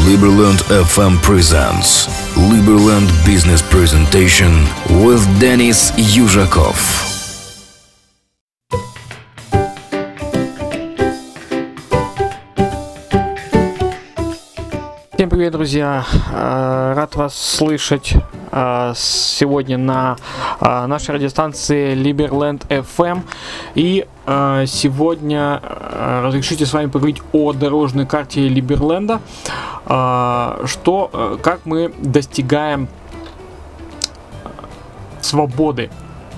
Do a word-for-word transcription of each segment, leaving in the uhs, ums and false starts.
Liberland эф эм presents Liberland Business Presentation with Denis Yuzhakov. Всем привет, друзья! Рад вас слышать сегодня на нашей радиостанции Liberland эф эм. И сегодня разрешите с вами поговорить о дорожной карте Либерленда, что, как мы достигаем свободы.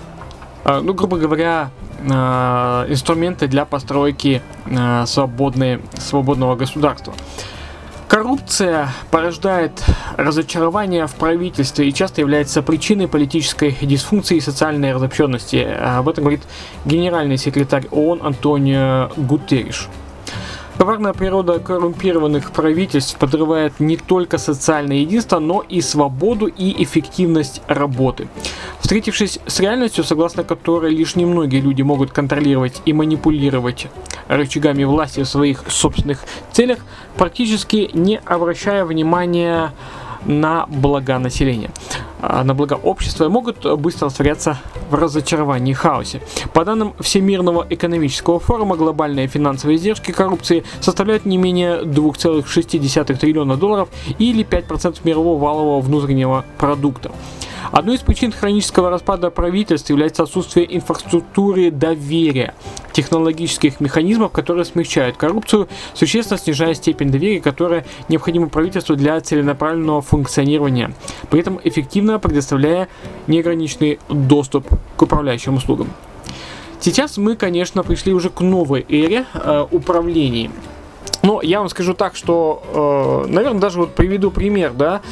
Ну, грубо говоря, инструменты для постройки свободной, свободного государства. Коррупция порождает разочарование в правительстве и часто является причиной политической дисфункции и социальной разобщенности. Об этом говорит генеральный секретарь ООН Антонио Гутерриш. Коварная природа коррумпированных правительств подрывает не только социальное единство, но и свободу и эффективность работы. Встретившись с реальностью, согласно которой лишь немногие люди могут контролировать и манипулировать рычагами власти в своих собственных целях, практически не обращая внимания на блага населения, на блага общества, могут быстро растворяться в разочаровании и хаосе. По данным Всемирного экономического форума, глобальные финансовые издержки коррупции составляют не менее два целых шесть десятых триллиона долларов или пять процентов мирового валового внутреннего продукта. Одной из причин хронического распада правительств является отсутствие инфраструктуры доверия, технологических механизмов, которые смягчают коррупцию, существенно снижая степень доверия, которая необходима правительству для целенаправленного функционирования, при этом эффективно предоставляя неограниченный доступ к управляющим услугам. Сейчас мы, конечно, пришли уже к новой эре э, управления. Но я вам скажу так, что, э, наверное, даже вот приведу пример, да,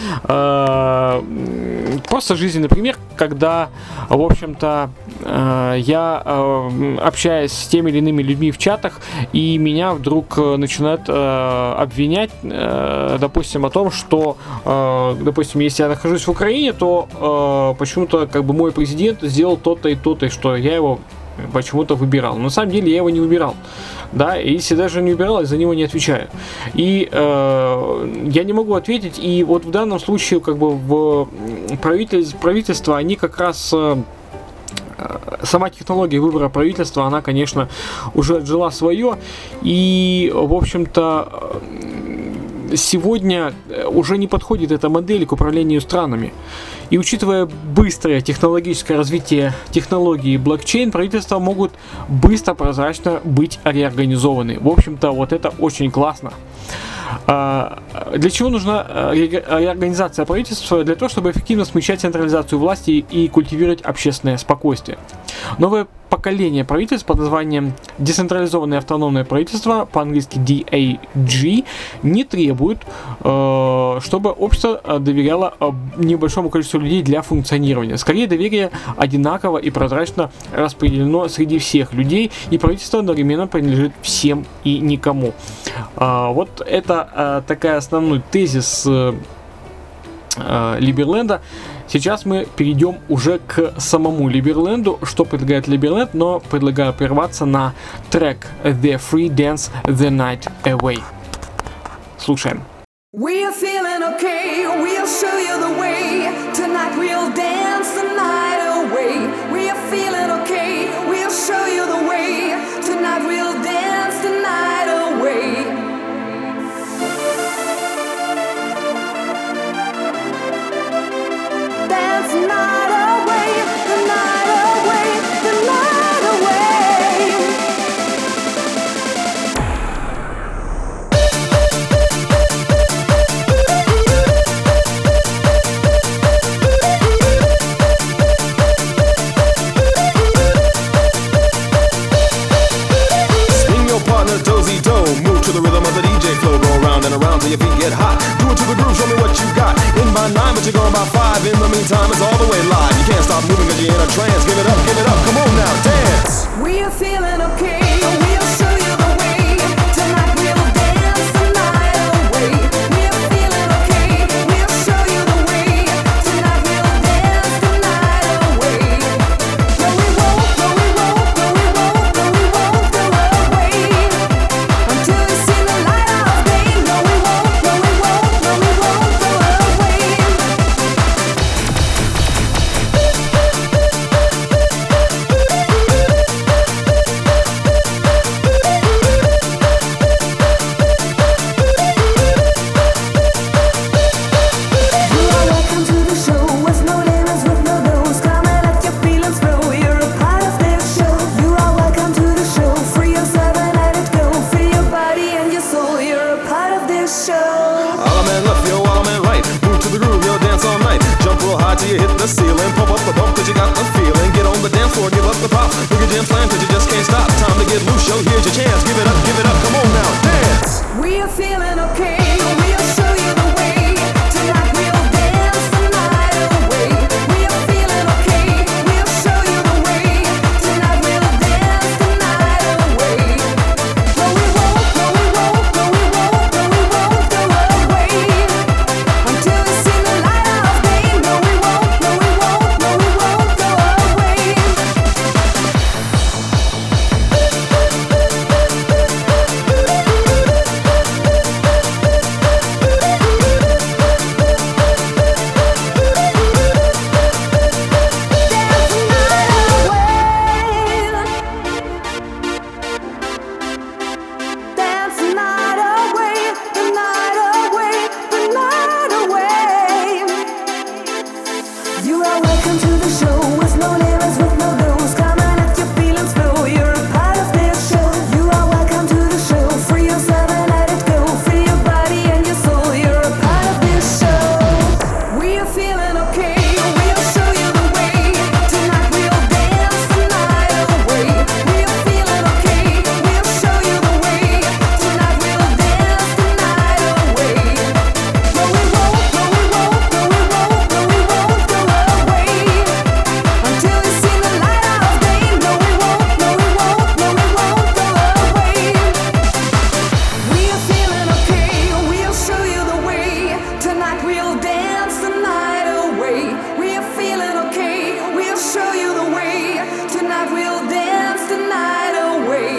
э, просто жизненный пример, когда, в общем-то, э, я э, общаюсь с теми или иными людьми в чатах, и меня вдруг начинают э, обвинять, э, допустим, о том, что, э, допустим, если я нахожусь в Украине, то э, почему-то, как бы, мой президент сделал то-то и то-то, и что я его почему-то выбирал. Но на самом деле я его не выбирал. Да, и если даже не выбирал, я за него не отвечаю. И э, я не могу ответить. И вот в данном случае, как бы, в правительство, правительство они как раз э, сама технология выбора правительства, она, конечно, уже отжила свое. И, в общем-то, сегодня уже не подходит эта модель к управлению странами. И учитывая быстрое технологическое развитие технологии блокчейн, правительства могут быстро, прозрачно быть реорганизованы. В общем-то, вот это очень классно. Для чего нужна реорганизация правительства? Для того, чтобы эффективно смягчать централизацию власти и культивировать общественное спокойствие. Новое поколение правительств под названием децентрализованное автономное правительство, по-английски ди эй джи, не требует, чтобы общество доверяло небольшому количеству людей для функционирования. Скорее, доверие одинаково и прозрачно распределено среди всех людей, и правительство одновременно принадлежит всем и никому. Вот это такая основной тезис Либерленда. Сейчас мы перейдем уже к самому Либерленду. Что предлагает Либерленд, но предлагаю прерваться на трек The Free Dance The Night Away. Слушаем. We are feeling okay, we'll show you the way. Tonight we'll dance the night away. We are feeling okay, we'll show you the way. Tonight we'll dance the night away. Dance the night away, the night away, the night away. Swing your partner dozy do, move to the rhythm of the D J flow, go around and around till your feet get hot. Do it to the groove, show me what you got. In by nine, but you're going by five. In the meantime, it's all the way live. You can't stop moving cause you're in a trance. Give it up, give it up, come on now, dance. We are feeling okay, we'll show you the way. Tonight we'll dance the night away. We are feeling okay, we'll show you the way. Tonight we'll dance the night away. No, we won't, no, we won't, no, we won't, no, we won't go away until we see the light of day. No, we won't, no, we won't, no, this show. All man left, yo, all man right. Move to the groove, yo, dance all night. Jump real high till you hit the ceiling. Pump up the bump cause you got the feeling. Get on the dance floor, give up the pop. Look at Jam Slam cause you just can't stop. Time to get loose, yo, here's your chance. Give it up, give it up, come on now, dance. We are feeling okay. We'll show you the way. Tonight we'll dance the night away. We are feeling okay. We'll show you the way. Tonight we'll dance the night away. No, we won't, no, we won't, no, we won't, no, we won't go away until we see the light of day. No, we won't, no, we won't, no, we won't go away. Dance the night away, the night away, the night away. You are welcome to the show with no limits, with no rules. Come and let your feelings flow. You're a part of this show. You are welcome to the show. Free yourself and let it go. Free your body and your soul. You're a part of this show. We are feeling okay. We'll show you the way. Tonight we'll dance the night away. We are feeling okay. We'll show you the way. Tonight we'll dance the night away. No, we won't, no, we won't, no, we won't, no, we won't go away until we see the light of day. No, we won't, no, we won't, no, we won't go away. We are feeling okay. We'll show you the way. Tonight we'll dance the night away. We are feeling okay. We'll show you the way. Tonight we'll dance the night away.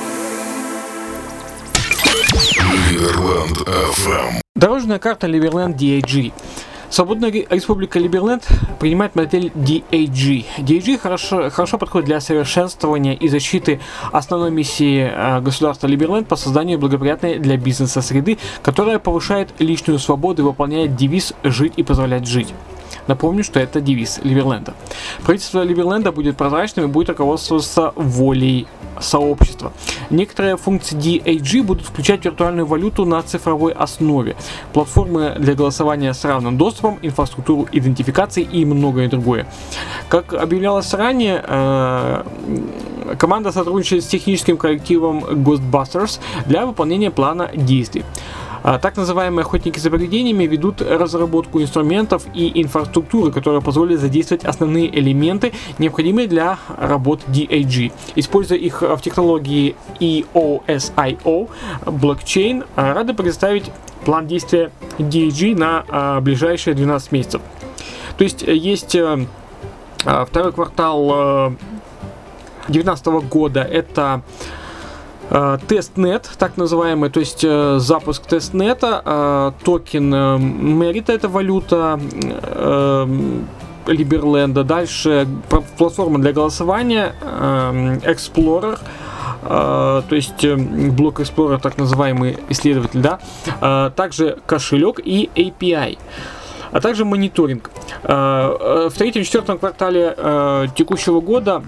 Ливерленд эф эм. Дорожная карта Liberland ди эй джи. Свободная Ре- Республика Либерленд принимает модель ди эй джи. ди эй джи хорошо, хорошо подходит для совершенствования и защиты основной миссии э, государства Либерленд по созданию благоприятной для бизнеса среды, которая повышает личную свободу и выполняет девиз «Жить и позволять жить». Напомню, что это девиз Либерленда. Правительство Либерленда будет прозрачным и будет руководствоваться волей сообщества. Некоторые функции ди эй джи будут включать виртуальную валюту на цифровой основе, платформы для голосования с равным доступом, инфраструктуру идентификации и многое другое. Как объявлялось ранее, э, команда сотрудничает с техническим коллективом Ghostbusters для выполнения плана действий. А, Так называемые охотники за привидениями ведут разработку инструментов и инфраструктуры, которые позволят задействовать основные элементы, необходимые для работы ди эй джи. Используя их в технологии и о эс ай о, блокчейн, а, рады представить план действия ди эй джи на а, ближайшие двенадцать месяцев. То есть э, есть э, а, второй квартал две тысячи девятнадцатого года, это э, тестнет, так называемый, то есть э, запуск тестнета, э, токен э, Мерита, это валюта э, Либерленда. Дальше пр- платформа для голосования э, Explorer, э, то есть э, блок Explorer, так называемый исследователь, да. Э, также кошелек и эй пи ай. А также мониторинг. Э, В третьем-четвертом квартале э, текущего года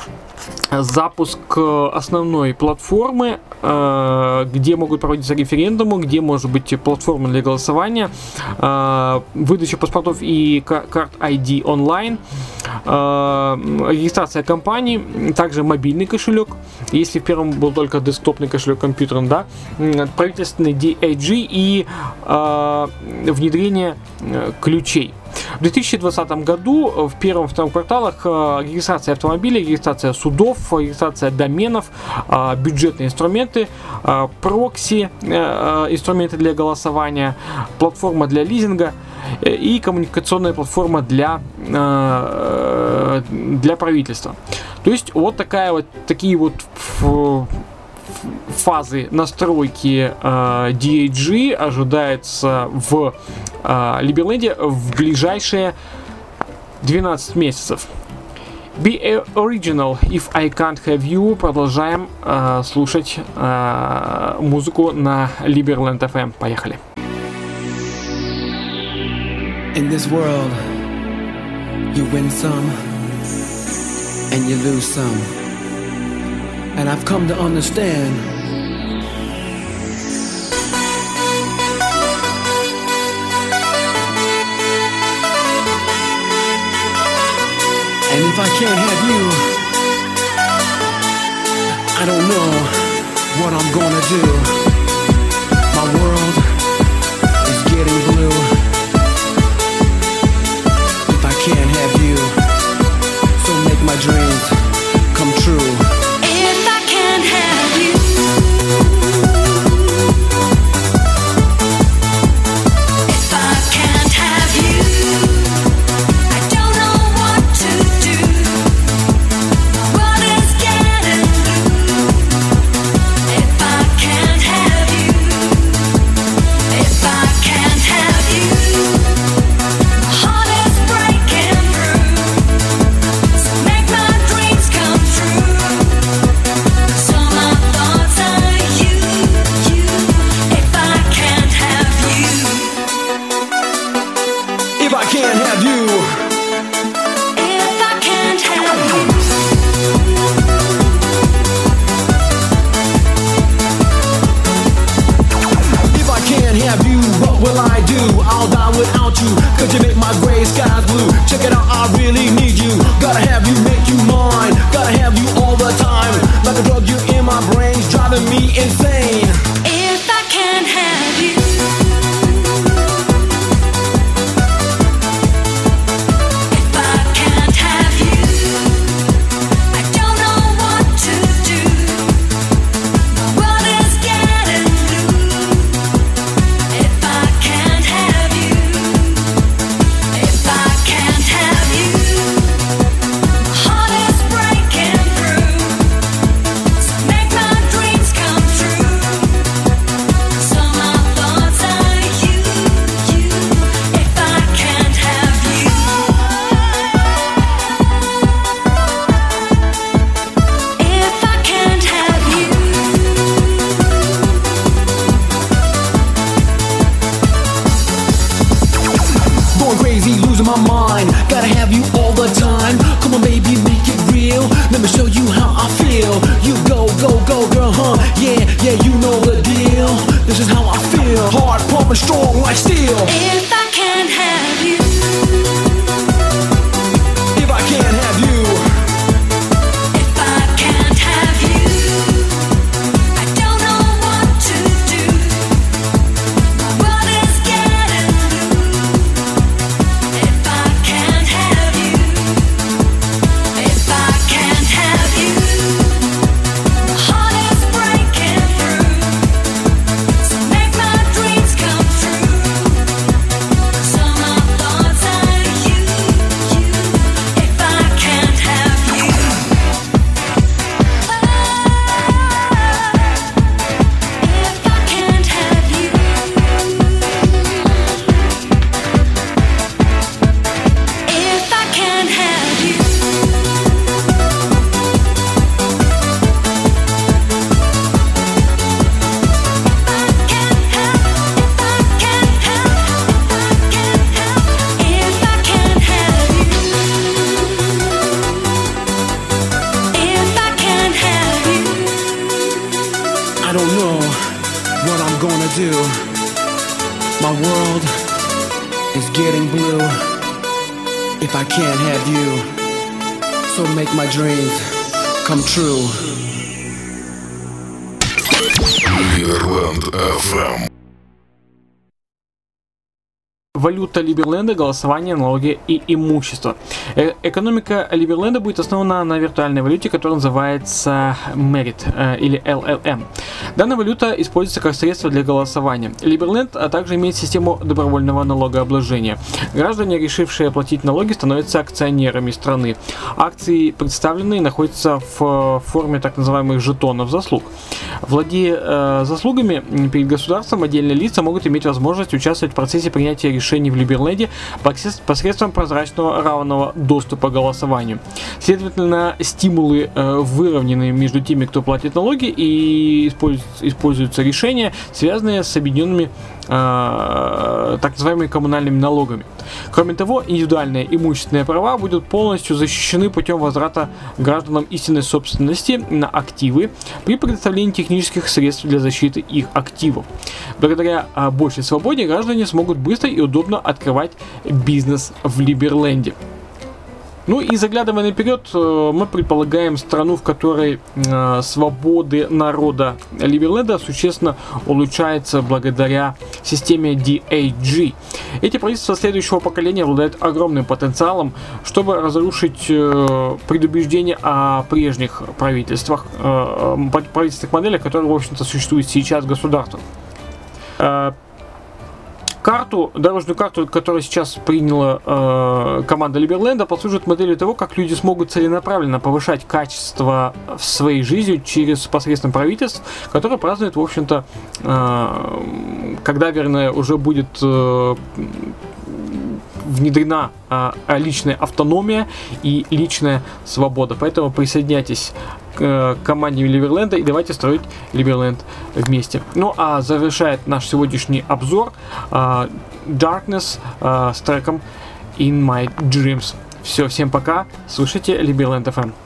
запуск э, основной платформы, э, где могут проводиться референдумы, где может быть платформа для голосования, э, выдача паспортов и ка- карт ай ди онлайн, э, регистрация компаний, также мобильный кошелек, если в первом был только десктопный кошелек компьютером, да, м, правительственный ди эй джи и э, внедрение э, ключей. В две тысячи двадцатом году в первом-втором кварталах э, регистрация автомобилей, регистрация судов, регистрация доменов, э, бюджетные инструменты, э, прокси, э, инструменты для голосования, платформа для лизинга э, и коммуникационная платформа для, э, для правительства. То есть вот такая вот такие вот ф- фазы настройки э, ди эй джи ожидается в э, Либерленде в ближайшие двенадцать месяцев. Be original if I can't have you. Продолжаем э, слушать э, музыку на Liberland эф эм. Поехали. In this world, you win some and you lose some. And I've come to understand I can't have you, I don't know what I'm gonna do. My world is getting blue. If I can't have you, so make my dreams come true. If I can't have you, if I can't have you, I don't know what to do. My world is getting blue. If I can't have you, if I can't have you, my heart is breaking through. So make my dreams come true. So my thoughts are you, you. If I can't have you, If I can't have you, if I can't have you, if I can't have you, what will I do? I'll die without you, cause you make my gray skies blue. Check it out, I really need you. Gotta have you, make you mine. Gotta have you all the time. Like a drug, you're in my brains, driving me insane. if I can't have you, if I can't have you, I don't know what to do. My world is getting blue. If I can't have you, if I can't have you, my heart is breaking through. So make my dreams come true. So my thoughts are you, you. If I can't have you, if I can't have you, Going crazy, losing my mind. Gotta have you all the time. Come on, baby, make it real. Let me show you how I feel. You go, go, go, girl, huh? Yeah, yeah, you know the deal. This is how I feel. Hard, pumping, strong like steel. if I can't have you, If I can't have you, if I can't have you, I don't know what to do. My world is getting blue. If I can't have you, if I can't have you, my heart is breaking through. So make my dreams come true. So my thoughts are you, you. If I can't have you, if I can't have you, if I can't have you, if I can't have you, if I can't have you, I don't know what I'm gonna do. My world is getting blue. If I can't have you, so make my dreams come true. Либерленд эф эм. Валюта Либерленда, голосование, налоги и имущество. Э- экономика Либерленда будет основана на виртуальной валюте, которая называется Merit э, или эл эл эм. Данная валюта используется как средство для голосования. Либерленд а также имеет систему добровольного налогообложения. Граждане, решившие платить налоги, становятся акционерами страны. Акции, представленные, находятся в форме так называемых жетонов заслуг. Владея э, заслугами перед государством, отдельные лица могут иметь возможность участвовать в процессе принятия решений в Либерленде посредством прозрачного равного доступа к голосованию. Следовательно, стимулы э, выровнены между теми, кто платит налоги, и используются, используются решения, связанные с объединенными э, так называемыми коммунальными налогами. Кроме того, индивидуальные имущественные права будут полностью защищены путем возврата гражданам истинной собственности на активы при предоставлении технических средств для защиты их активов. Благодаря э, большей свободе граждане смогут быстро и удобно открывать бизнес в Либерленде. Ну и заглядывая наперед, мы предполагаем страну, в которой э, свободы народа Ливерленда существенно улучшается благодаря системе ди эй джи. Эти правительства следующего поколения обладают огромным потенциалом, чтобы разрушить э, предубеждения о прежних правительствах, э, правительственных моделях, которые, в общем-то, существуют сейчас в государстве. Э, Карту, дорожную карту, которую сейчас приняла э, команда Ливерленда, послужит моделью того, как люди смогут целенаправленно повышать качество в своей жизни через посредством правительств, которые празднуют, в общем-то, э, когда, вернее, уже будет э, внедрена э, личная автономия и личная свобода. Поэтому присоединяйтесь к команде Ливерленда и давайте строить Ливерленд вместе. Ну а завершает наш сегодняшний обзор uh, Darkness uh, с треком In My Dreams. Все, всем пока, слушайте Ливерленд эф эм.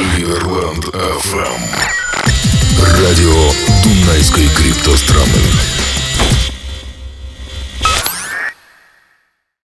Ливерленд эф эм. Радио Дунайской криптостраны.